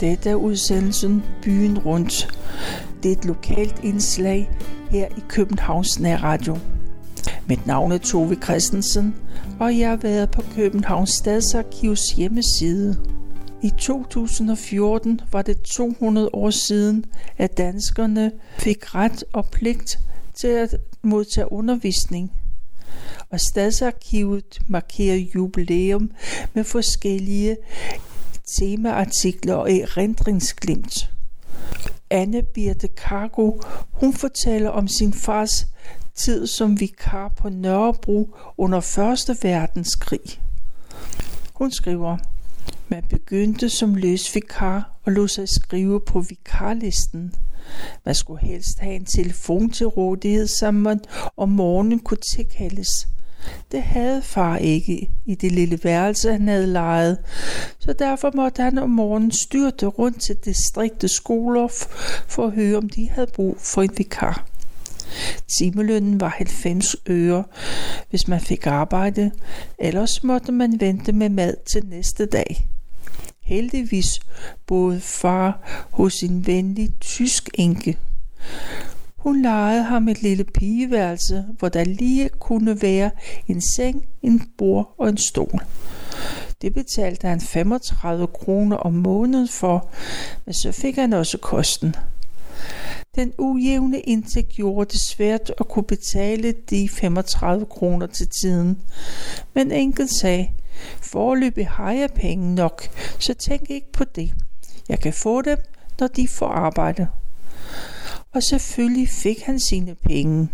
Dette er udsendelsen Byen Rundt. Det er et lokalt indslag her i Københavns Nærradio. Mit navn er Tove Christensen, og jeg har været på Københavns Stadsarkivs hjemmeside. I 2014 var det 200 år siden, at danskerne fik ret og pligt til at modtage undervisning. Og Stadsarkivet markerer jubilæum med forskellige temaartikler og erindringsglimt. Anne Birte Cargo, hun fortæller om sin fars tid som vikar på Nørrebro under 1. verdenskrig. Hun skriver: man begyndte som løsvikar og lod sig skrive på vikarlisten. Man skulle helst have en telefon til rådighed, så man om morgenen kunne tilkaldes. Det havde far ikke i det lille værelse, han havde lejet, så derfor måtte han om morgenen styrte rundt til distriktets skoler for at høre, om de havde brug for en vikar. Timelønnen var 90 øre, hvis man fik arbejde, ellers måtte man vente med mad til næste dag. Heldigvis boede far hos en venlig tysk enke. Hun lejede ham et lille pigeværelse, hvor der lige kunne være en seng, en bord og en stol. Det betalte han 35 kroner om måneden for, men så fik han også kosten. Den ujævne indtægt gjorde det svært at kunne betale de 35 kroner til tiden, men enken sagde: foreløbig har jeg penge nok, så tænk ikke på det. Jeg kan få dem, når de får arbejde. Og selvfølgelig fik han sine penge.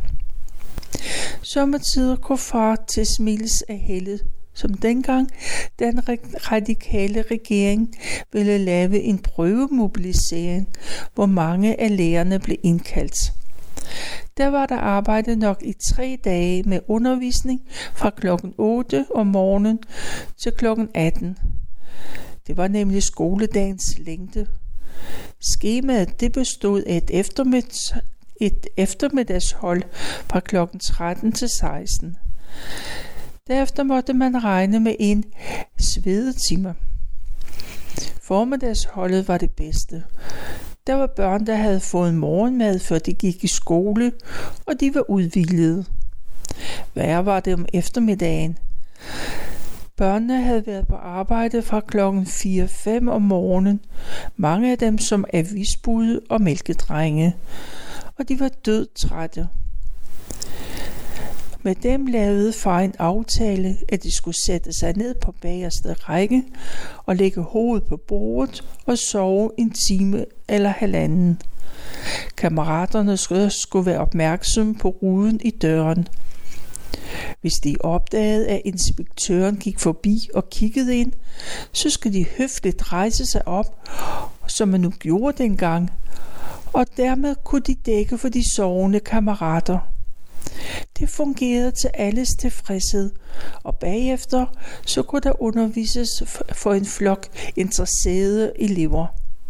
Sommetider kunne far til smiles af heldet, som dengang den radikale regering ville lave en prøvemobilisering, hvor mange af lærerne blev indkaldt. Der var der arbejde nok i 3 dage med undervisning fra klokken 8 om morgenen til klokken 18. Det var nemlig skoledagens længde. Skemaet det bestod af et eftermiddagshold fra klokken 13 til 16. Derefter måtte man regne med en svedetime. Formiddagsholdet var det bedste. Der var børn, der havde fået morgenmad, før de gik i skole, og de var udhvilede. Værre var det om eftermiddagen. Børnene havde været på arbejde fra klokken 4-5 om morgenen, mange af dem som avisbude og mælkedrenge, og de var dødtrætte. Med dem lavede far en aftale, at de skulle sætte sig ned på bagerste række og lægge hovedet på bordet og sove en time eller halvanden. Kammeraterne skulle være opmærksomme på ruden i døren. Hvis de opdagede, at inspektøren gik forbi og kiggede ind, så skulle de høfligt rejse sig op, som man nu gjorde dengang, og dermed kunne de dække for de sovende kammerater. Det fungerede til alles tilfredshed, og bagefter så kunne der undervises for en flok interesserede elever.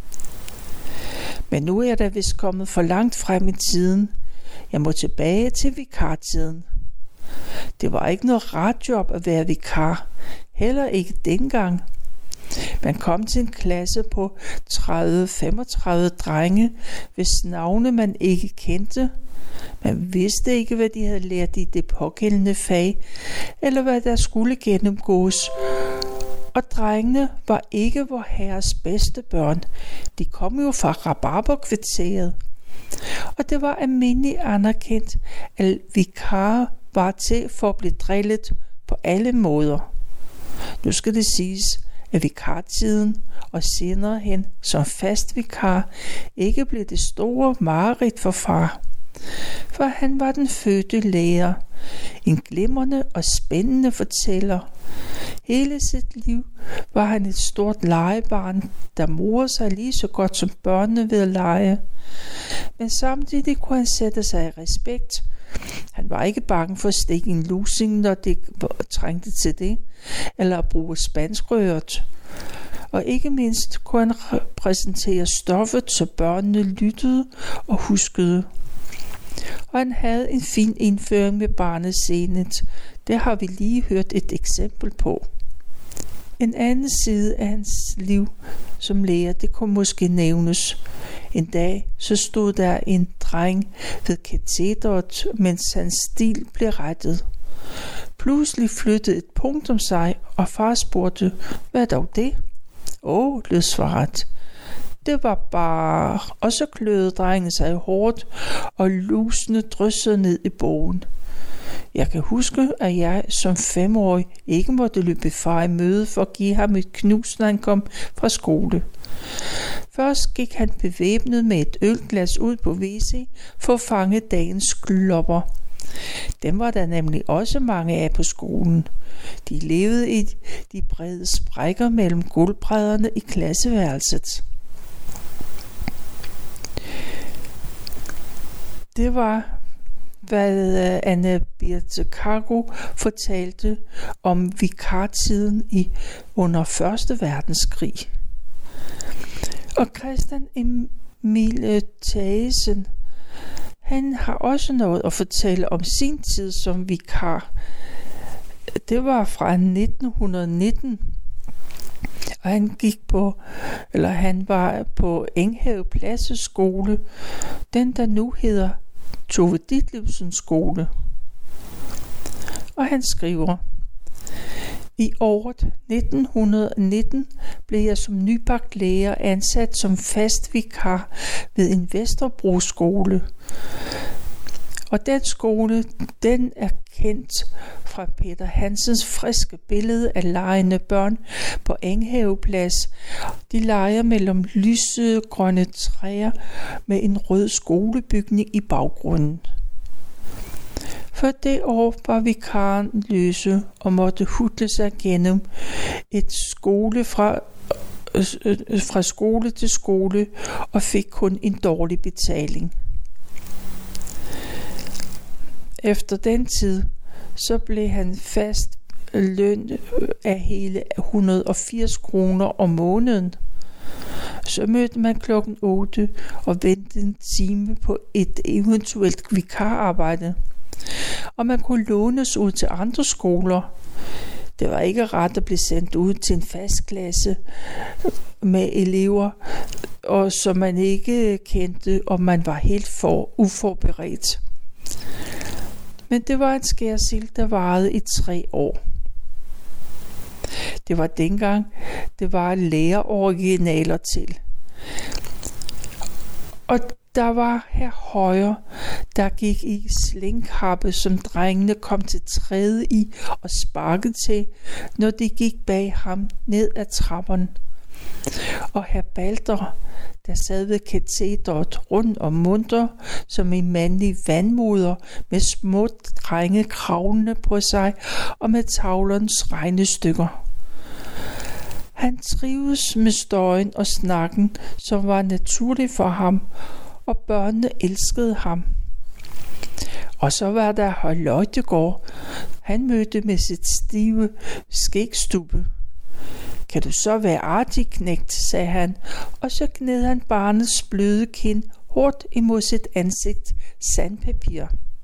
Men nu er der vist kommet for langt frem i tiden. Jeg må tilbage til vikartiden. Det var ikke noget rart job at være vikar, heller ikke dengang. Man kom til en klasse på 30-35 drenge, hvis navne man ikke kendte. Man vidste ikke, hvad de havde lært i det pågældende fag, eller hvad der skulle gennemgås. Og drengene var ikke vor herres bedste børn. De kom jo fra Rabarberkvarteret. Og det var almindeligt anerkendt, at vikarer var til for at blive drillet på alle måder. Nu skal det siges, at vikartiden og senere hen som fast vikar ikke blev det store mareridt for far. For han var den fødte lærer, en glimrende og spændende fortæller. Hele sit liv var han et stort legebarn, der morede sig lige så godt som børnene ved at lege. Men samtidig kunne han sætte sig i respekt. Han var ikke bange for at stikke en lusing, når det trængte til det, eller at bruge spanskrøret. Og ikke mindst kunne han præsentere stoffet, så børnene lyttede og huskede. Og han havde en fin indføring med barnescenet. Det har vi lige hørt et eksempel på. En anden side af hans liv som lærer, det kunne måske nævnes. En dag så stod der en dreng ved katedret, mens hans stil blev rettet. Pludselig flyttede et punktum sig, og far spurgte, hvad dog det? Lød svaret. Det var bare, og så kløede drengen sig hårdt, og lusene dryssede ned i bogen. Jeg kan huske, at jeg som 5-årig ikke måtte løbe far i møde for at give ham et knus, når han kom fra skole. Først gik han bevæbnet med et ølglas ud på WC for at fange dagens klopper. Dem var der nemlig også mange af på skolen. De levede i de brede sprækker mellem gulvbrædderne i klasseværelset. Det var, hvad Anne Birthe Cargo fortalte om vikartiden under 1. verdenskrig. Og Christian Emil Thagesen, han har også noget at fortælle om sin tid som vikar. Det var fra 1919, og han var på Enghave Pladseskole, den der nu hedder Tove Ditlevsens skole. Og han skriver: I året 1919 blev jeg som nybagt lærer ansat som fast vikar ved en Vesterbro skole. Og den skole, den er kendt fra Peter Hansens friske billede af legende børn på Enghaveplads. De leger mellem lysegrønne træer med en rød skolebygning i baggrunden. For det år var vikaren løse og måtte hudle sig gennem et skole fra skole til skole og fik kun en dårlig betaling. Efter den tid, så blev han fast løn af hele 180 kroner om måneden. Så mødte man klokken 8 og ventede en time på et eventuelt vikararbejde. Og man kunne lånes ud til andre skoler. Det var ikke ret at blive sendt ud til en fast klasse med elever, og som man ikke kendte, og man var helt uforberedt. Men det var en skærsild, der varede i 3 år. Det var dengang, det var læreroriginaler til. Og der var her højre, der gik i slingkappe, som drengene kom til træde i og sparkede til, når de gik bag ham ned ad trapperne. Og herr Balder, der sad ved katedret rundt om munter som en mandlig vandmoder med små drenge kravlende på sig og med tavlernes regnestykker. Han trives med støjen og snakken, som var naturlig for ham, og børnene elskede ham. Og så var der hr. Løjtegård. Han mødte med sit stive skægstubbe. Kan du så være artig, knægt, sagde han, og så gned han barnets bløde kind hårdt imod sit ansigt sandpapir.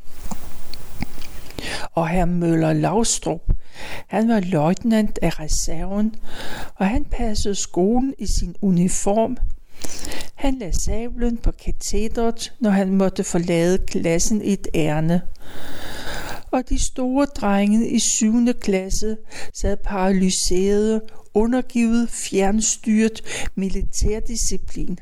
Og hr. Møller Laustrup, han var løjtnant af reserven, og han passede skolen i sin uniform. Han lagde sablen på katedret, når han måtte forlade klassen i et ærne. Og de store drenge i 7. klasse sad paralyserede, undergivet fjernstyret militærdisciplin.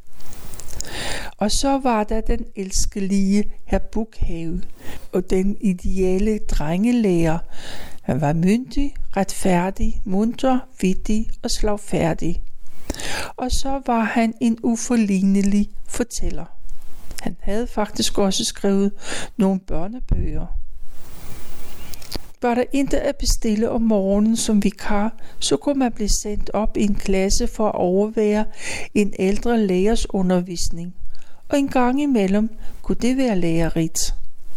Og så var der den elskelige hr. Bukhave og den ideelle drengelærer. Han var myndig, retfærdig, munter, vittig og slagfærdig. Og så var han en uforlignelig fortæller. Han havde faktisk også skrevet nogle børnebøger. Var der intet at bestille om morgenen som vikar, så kunne man blive sendt op i en klasse for at overvære en ældre lærers undervisning. Og en gang imellem kunne det være lærerigt.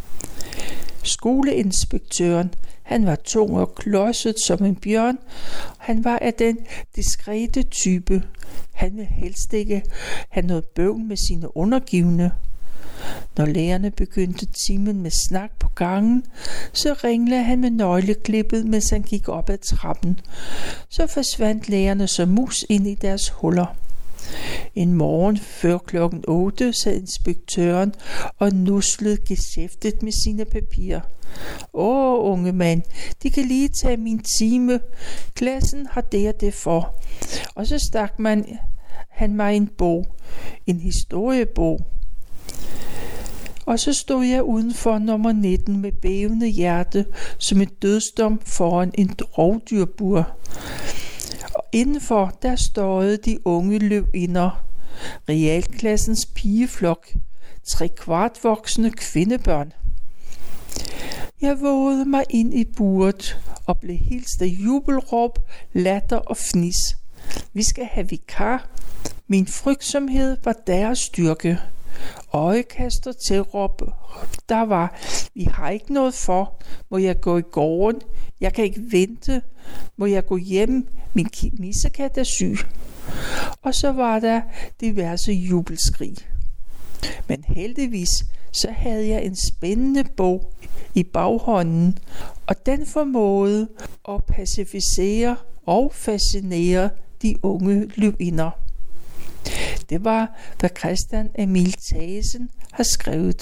Skoleinspektøren, han var tung og klodset som en bjørn. Han var af den diskrete type. Han ville helst ikke have noget bøvl med sine undergivne. Når lærerne begyndte timen med snak på gangen, så ringlede han med nøgleklippet, mens han gik op ad trappen. Så forsvandt lærerne som mus ind i deres huller. En morgen før 8:00 sad inspektøren og nuslede geschæftet med sine papirer. Unge mand, de kan lige tage min time. Klassen har det for. Og så stak han mig en bog. En historiebog. Og så stod jeg udenfor nummer 19 med bævende hjerte som et dødsdom foran en rovdyrbur. Og indenfor der stod de unge løvinder, realklassens pigeflok, 3/4 voksne kvindebørn. Jeg vågede mig ind i buret og blev hilst af jubelråb, latter og fnis. Vi skal have vikar. Min frygtsomhed var deres styrke. Øjekaster til råb, der var, vi har ikke noget for, må jeg gå i gården, jeg kan ikke vente, må jeg gå hjem, min missekat er syg. Og så var der diverse jubelskrig. Men heldigvis, så havde jeg en spændende bog i baghånden, og den formåede at pacificere og fascinere de unge løvinder. Det var, hvad Christian Emil Thagesen har skrevet.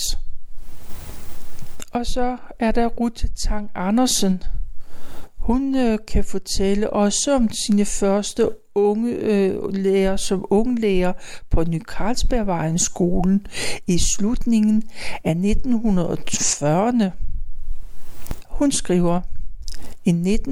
Og så er der Ruth Tang Andersen. Hun kan fortælle også om sine første lærer som unglærer på Ny Carlsbergvejen skolen i slutningen af 1940'erne. Hun skriver: I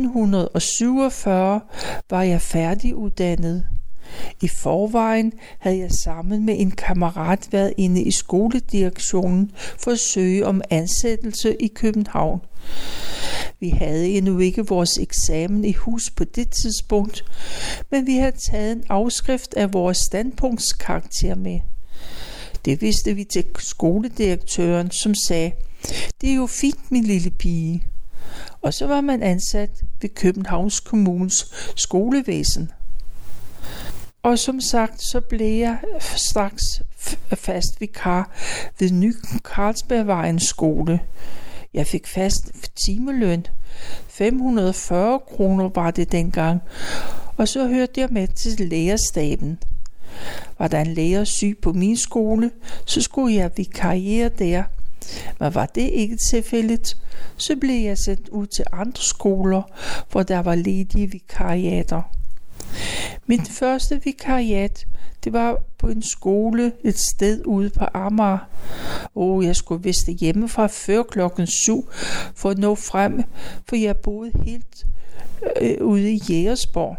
1947 var jeg færdiguddannet. I forvejen havde jeg sammen med en kammerat været inde i skoledirektionen for at søge om ansættelse i København. Vi havde endnu ikke vores eksamen i hus på det tidspunkt, men vi havde taget en afskrift af vores standpunktskarakter med. Det vidste vi til skoledirektøren, som sagde: "Det er jo fint, min lille pige." Og så var man ansat ved Københavns Kommunes skolevæsen. Og som sagt, så blev jeg straks fast vikar ved Ny Carlsbergvejens skole. Jeg fik fast timeløn. 540 kroner var det dengang, og så hørte jeg med til lærerstaben. Var der en lærer syg på min skole, så skulle jeg vikariere der. Men var det ikke tilfældet, så blev jeg sendt ud til andre skoler, hvor der var ledige vikariater. Mit første vikariat, det var på en skole et sted ude på Amager. Jeg skulle vist hjemmefra før 7:00 for at nå frem, for jeg boede helt ude i Jægersborg.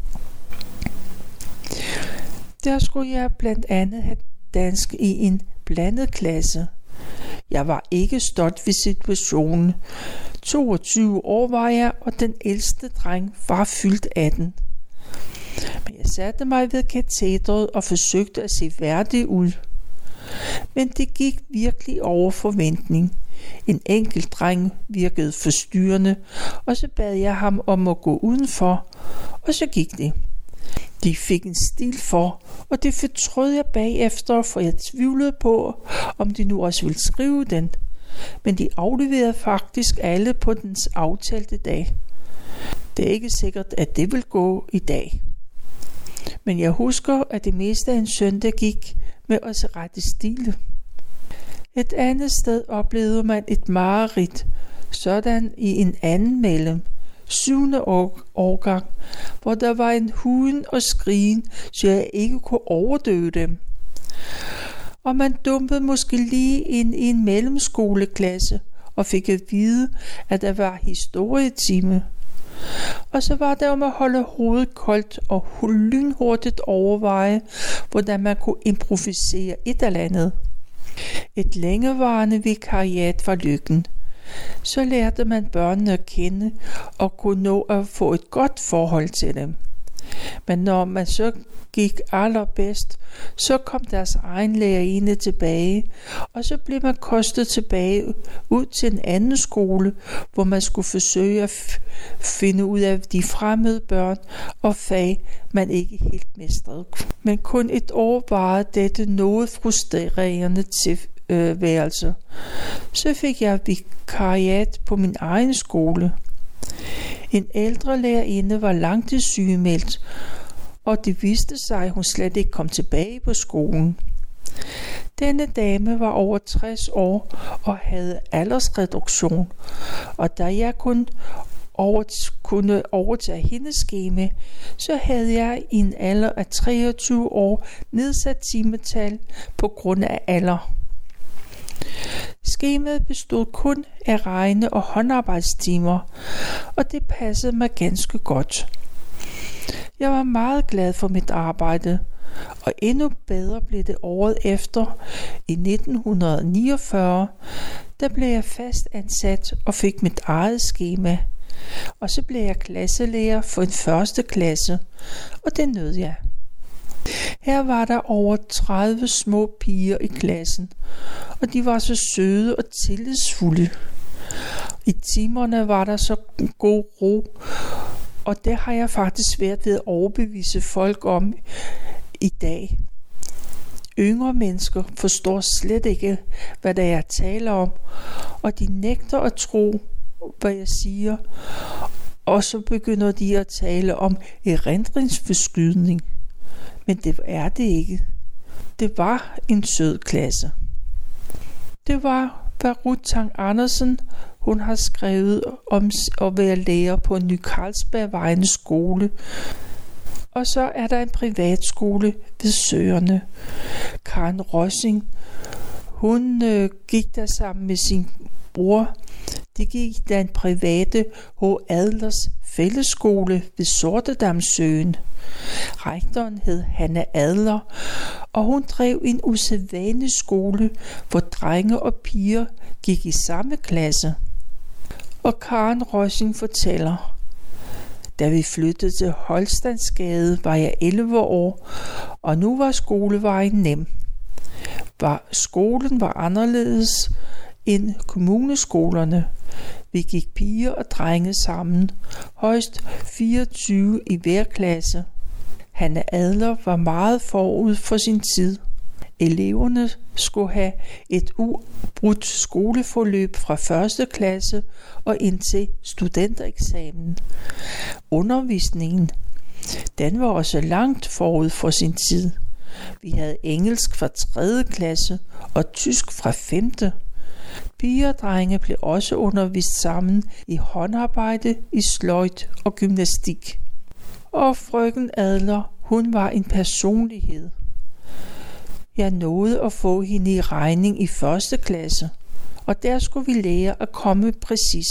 Der skulle jeg blandt andet have dansk i en blandet klasse. Jeg var ikke stolt ved situationen. 22 år var jeg, og den ældste dreng var fyldt 18. Men jeg satte mig ved katedret og forsøgte at se værdig ud. Men det gik virkelig over forventning. En enkelt dreng virkede forstyrrende, og så bad jeg ham om at gå udenfor, og så gik det. De fik en stil for, og det fortrød jeg bagefter, for jeg tvivlede på, om de nu også ville skrive den. Men de afleverede faktisk alle på dens aftalte dag. Det er ikke sikkert, at det vil gå i dag. Men jeg husker, at det meste af en søndag gik med at rette stile. Et andet sted oplevede man et mareridt, sådan i en anden mellem, 7. årgang, hvor der var en huden og skrigen, så jeg ikke kunne overdøve dem. Og man dumpede måske lige ind i en mellemskoleklasse og fik at vide, at der var historietime. Og så var der om at holde hovedet koldt og lynhurtigt overveje, hvordan man kunne improvisere et eller andet. Et længevarende vikariat var lykken. Så lærte man børnene at kende og kunne nå at få et godt forhold til dem. Men når man så gik allerbedst, så kom deres egen lærerinde tilbage, og så blev man kostet tilbage ud til en anden skole, hvor man skulle forsøge at finde ud af de fremmede børn og fag, man ikke helt mestrede. Men kun et år varede dette noget frustrerende værelse. Så fik jeg vikariat på min egen skole. En ældre lærerinde var langtidssygemeldt, og det viste sig, at hun slet ikke kom tilbage på skolen. Denne dame var over 60 år og havde aldersreduktion, og da jeg kunne overtage hendes skema, så havde jeg i en alder af 23 år nedsat timetal på grund af alder. Skemaet bestod kun af regne- og håndarbejdstimer, og det passede mig ganske godt. Jeg var meget glad for mit arbejde, og endnu bedre blev det året efter, i 1949, der blev jeg fast ansat og fik mit eget skema. Og så blev jeg klasselærer for en første klasse, og det nød jeg. Her var der over 30 små piger i klassen, og de var så søde og tillidsfulde. I timerne var der så god ro, og det har jeg faktisk svært ved at overbevise folk om i dag. Yngre mennesker forstår slet ikke, hvad det er, jeg taler om, og de nægter at tro, hvad jeg siger, og så begynder de at tale om erindringsforskydning. Men det er det ikke. Det var en sød klasse. Det var, hvad Ruth Tang Andersen, hun har skrevet om at være lærer på en Ny Carlsbergvejene skole. Og så er der en privatskole ved Søerne. Karen Rossing, hun gik der sammen med sin bror. De gik der en private H. Adlers fællesskole ved Sortedamsøen. Rektoren hed Hanne Adler, og hun drev en usædvanlig skole, hvor drenge og piger gik i samme klasse. Og Karen Rossing fortæller: da vi flyttede til Holstandsgade, var jeg 11 år, og nu var skolevejen nem. Skolen var anderledes end kommuneskolerne. Vi gik piger og drenge sammen, højst 24 i hver klasse. Hanne Adler var meget forud for sin tid. Eleverne skulle have et ubrudt skoleforløb fra 1. klasse og indtil studentereksamen. Undervisningen, den var også langt forud for sin tid. Vi havde engelsk fra 3. klasse og tysk fra 5. Piger og drenge blev også undervist sammen i håndarbejde, i sløjd og gymnastik. Og frøken Adler, hun var en personlighed. Jeg nåede at få hende i regning i 1. klasse, og der skulle vi lære at komme præcis.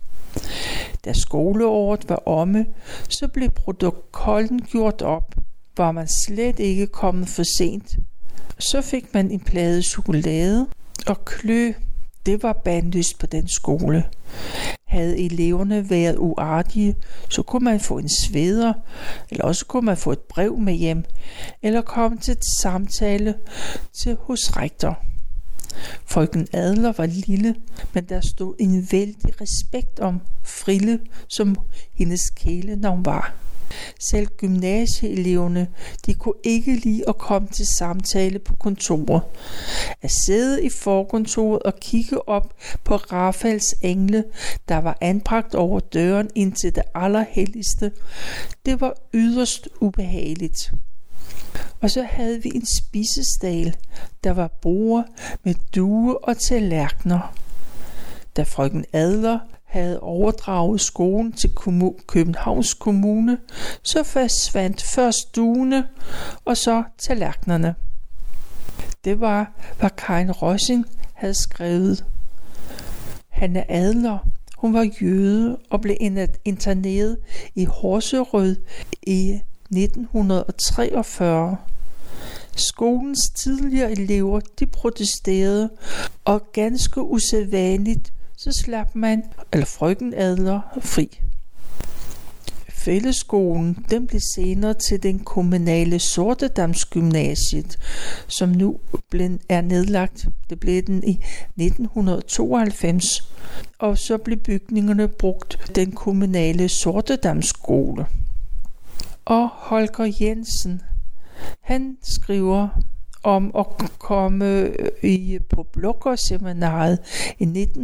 Da skoleåret var omme, så blev protokollen gjort op. Var man slet ikke kommet for sent, så fik man en plade chokolade og klø. Det var bandlyst på den skole. Havde eleverne været uartige, så kunne man få en sveder, eller også kunne man få et brev med hjem, eller komme til et samtale hos rektor. Frøken Adler var lille, men der stod en vældig respekt om Frille, som hendes kælenavn var. Selv gymnasieeleverne, de kunne ikke lide at komme til samtale på kontoret. At sidde i forkontoret og kigge op på Rafaels engle, der var anbragt over døren ind til det allerhelligste, det var yderst ubehageligt. Og så havde vi en spisesal, der var borde med duer og tallerkener. Da frøken Adler havde overdraget skolen til Københavns Kommune, så forsvandt først duene og så tallerkenerne. Det var, hvad Karen Rossing havde skrevet. Hanne Adler, hun var jøde og blev interneret i Horserød i 1943. Skolens tidligere elever, de protesterede, og ganske usædvanligt, så slap frøken Adler fri. Fællesskolen, den blev senere til den kommunale Sortedamsgymnasiet, som nu er nedlagt. Det blev den i 1992, og så blev bygningerne brugt den kommunale Sortedamsskole. Og Holger Jensen, han skriver om at komme på Blågårdsseminariet i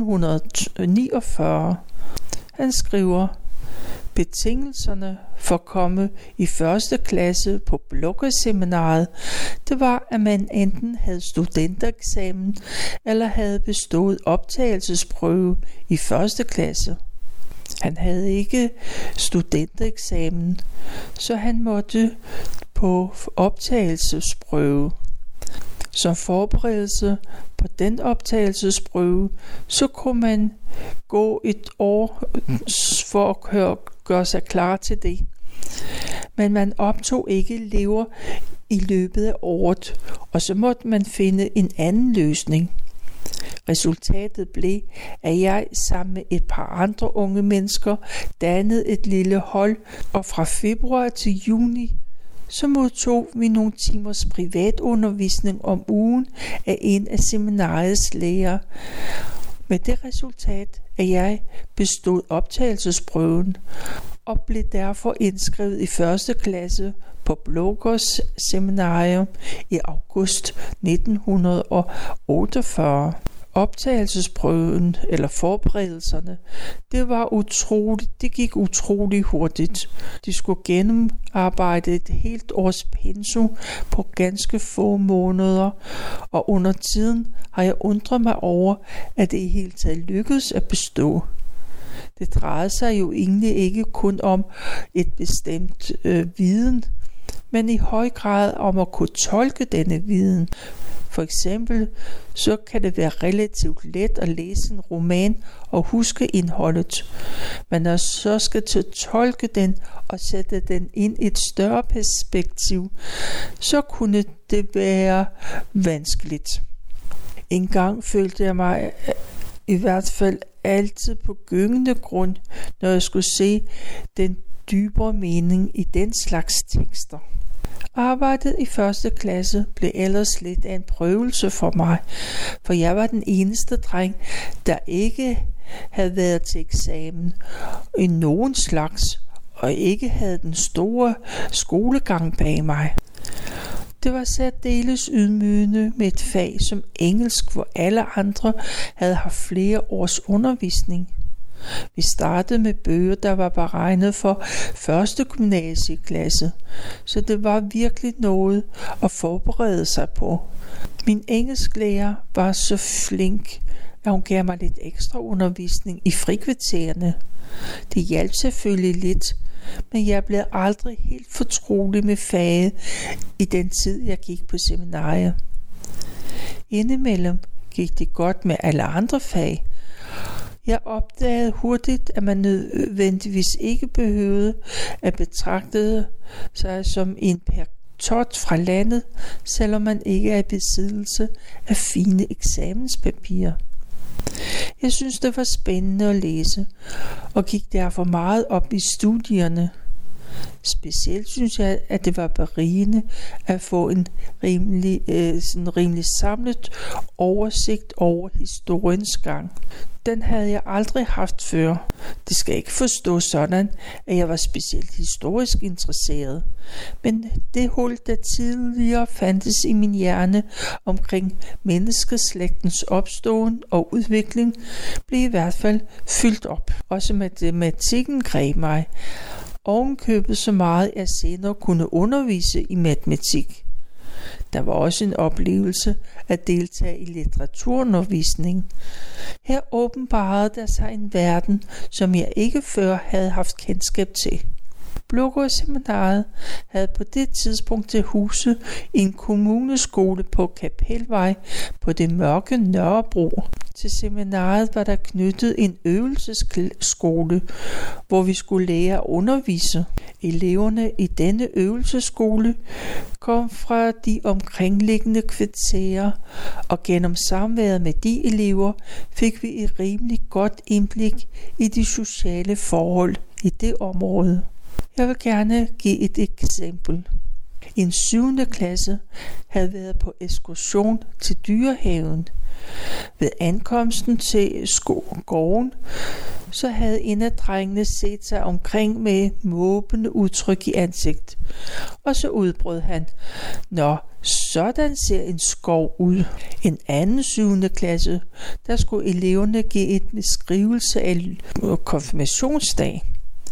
1949. Han skriver: betingelserne for at komme i første klasse på Blågårdsseminariet, det var, at man enten havde studentereksamen eller havde bestået optagelsesprøve i første klasse. Han havde ikke studentereksamen, så han måtte på optagelsesprøve. Som forberedelse på den optagelsesprøve, så kunne man gå et år for at gøre sig klar til det. Men man optog ikke elever i løbet af året, og så måtte man finde en anden løsning. Resultatet blev, at jeg sammen med et par andre unge mennesker dannede et lille hold, og fra februar til juni så modtog vi nogle timers privatundervisning om ugen af en af seminariets lærere. Med det resultat, at jeg bestod optagelsesprøven og blev derfor indskrevet i første klasse på Blågårdsseminarium i august 1948. Optagelsesprøven eller forberedelserne, det gik utroligt hurtigt. De skulle gennemarbejde et helt års pensum på ganske få måneder, og under tiden har jeg undret mig over, at det i hele taget lykkedes at bestå. Det drejede sig jo egentlig ikke kun om et bestemt viden, men i høj grad om at kunne tolke denne viden. For eksempel så kan det være relativt let at læse en roman og huske indholdet, men når så skal til at tolke den og sætte den ind i et større perspektiv, så kunne det være vanskeligt. En gang følte jeg mig i hvert fald altid på gyngende grund, når jeg skulle se den dybere mening i den slags tekster. Arbejdet i første klasse blev ellers lidt af en prøvelse for mig, for jeg var den eneste dreng, der ikke havde været til eksamen i nogen slags, og ikke havde den store skolegang bag mig. Det var særdeles ydmygende med et fag som engelsk, hvor alle andre havde haft flere års undervisning. Vi startede med bøger, der var beregnet for første gymnasieklasse, så det var virkelig noget at forberede sig på. Min engelsklærer var så flink, at hun gav mig lidt ekstra undervisning i frikvartererne. Det hjalp selvfølgelig lidt, men jeg blev aldrig helt fortrolig med faget i den tid, jeg gik på seminariet. Indimellem gik det godt med alle andre fag. Jeg opdagede hurtigt, at man nødvendigvis ikke behøvede at betragte sig som en patriot fra landet, selvom man ikke er i besiddelse af fine eksamenspapirer. Jeg synes, det var spændende at læse, og gik derfor meget op i studierne. Specielt synes jeg, at det var berigende at få en rimelig samlet oversigt over historiens gang. Den havde jeg aldrig haft før. Det skal ikke forstås sådan, at jeg var specielt historisk interesseret. Men det hul, der tidligere fandtes i min hjerne omkring menneskeslægtens opståen og udvikling, blev i hvert fald fyldt op. Også matematikken greb mig. Ovenkøbet så meget, at jeg senere kunne undervise i matematik. Der var også en oplevelse at deltage i litteraturundervisning. Her åbenbarede der sig en verden, som jeg ikke før havde haft kendskab til. Blågårdsseminariet havde på det tidspunkt til huse i en kommuneskole på Kapelvej på det mørke Nørrebro. Til seminariet var der knyttet en øvelsesskole, hvor vi skulle lære at undervise. Eleverne i denne øvelsesskole kom fra de omkringliggende kvarterer, og gennem samværet med de elever fik vi et rimelig godt indblik i de sociale forhold i det område. Jeg vil gerne give et eksempel. En 7. klasse havde været på ekskursion til Dyrehaven. Ved ankomsten til gården, så havde en af drengene set sig omkring med måbende udtryk i ansigt. Og så udbrød han: "Nå, sådan ser en skov ud." En anden 7. klasse, der skulle eleverne give et beskrivelse af konfirmationsdag.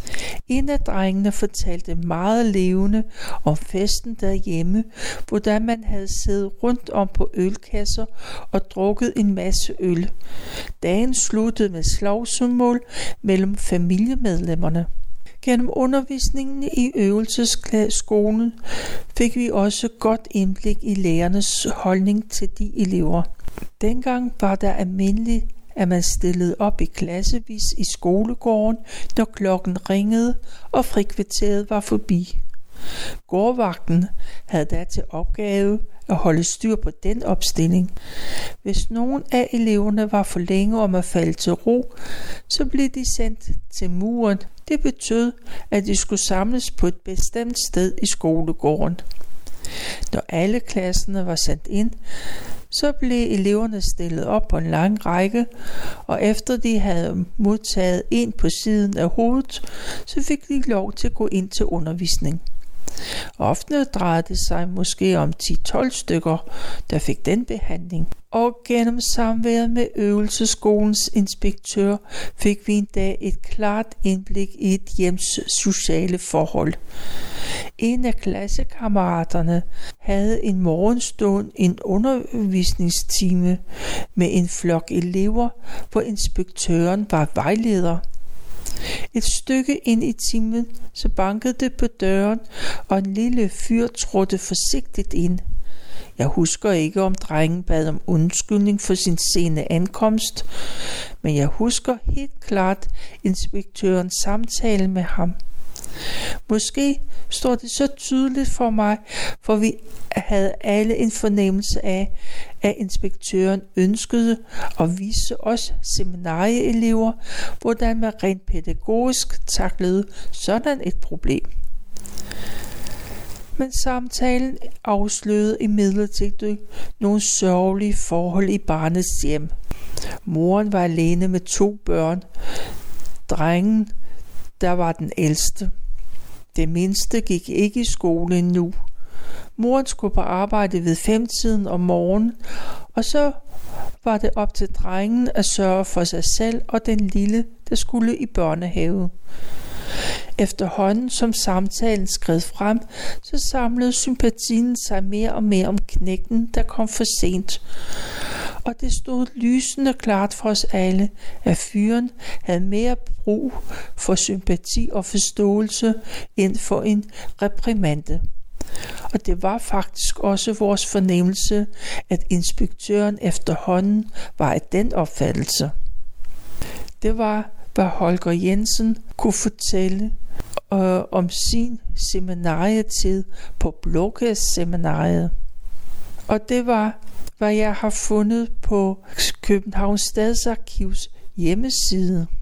En af drengene fortalte meget levende om festen derhjemme, hvordan man havde siddet rundt om på ølkasser og drukket en masse øl. Dagen sluttede med slagsmål mellem familiemedlemmerne. Gennem undervisningen i øvelsesskolen fik vi også godt indblik i lærernes holdning til de elever. Dengang var der almindeligt, at man stillede op i klassevis i skolegården, når klokken ringede og frikvarteret var forbi. Gårdvagten havde da til opgave at holde styr på den opstilling. Hvis nogen af eleverne var for længe om at falde til ro, så blev de sendt til muren. Det betød, at de skulle samles på et bestemt sted i skolegården. Når alle klasserne var sendt ind, så blev eleverne stillet op på en lang række, og efter de havde modtaget en på siden af hovedet, så fik de lov til at gå ind til undervisning. Ofte drejede det sig måske om 10-12 stykker, der fik den behandling. Og gennem samværet med øvelsesskolens inspektør fik vi en dag et klart indblik i et hjems sociale forhold. En af klassekammeraterne havde en morgenstund en undervisningstime med en flok elever, hvor inspektøren var vejleder. Et stykke ind i timen, så bankede det på døren, og en lille fyr trådte forsigtigt ind. Jeg husker ikke, om drengen bad om undskyldning for sin sene ankomst, men jeg husker helt klart inspektørens samtale med ham. Måske står det så tydeligt for mig, for vi havde alle en fornemmelse af, at inspektøren ønskede at vise os seminarieelever, hvordan man rent pædagogisk taklede sådan et problem. Men samtalen afslørede imidlertid nogle sørgelige forhold i barnets hjem. Moren var alene med 2 børn. Drengen, der var den ældste. Det mindste gik ikke i skole endnu. Moren skulle på arbejde ved 5-tiden om morgenen, og så var det op til drengen at sørge for sig selv og den lille, der skulle i børnehave. Efterhånden som samtalen skred frem, så samlede sympatien sig mere og mere om knægten, der kom for sent. Og det stod lysende klart for os alle, at fyren havde mere brug for sympati og forståelse end for en reprimande. Og det var faktisk også vores fornemmelse, at inspektøren efterhånden var af den opfattelse. Det var, hvad Holger Jensen kunne fortælle om sin seminarietid på Blågårdsseminariet. Og det var, hvad jeg har fundet på Københavns Stadsarkivs hjemmeside.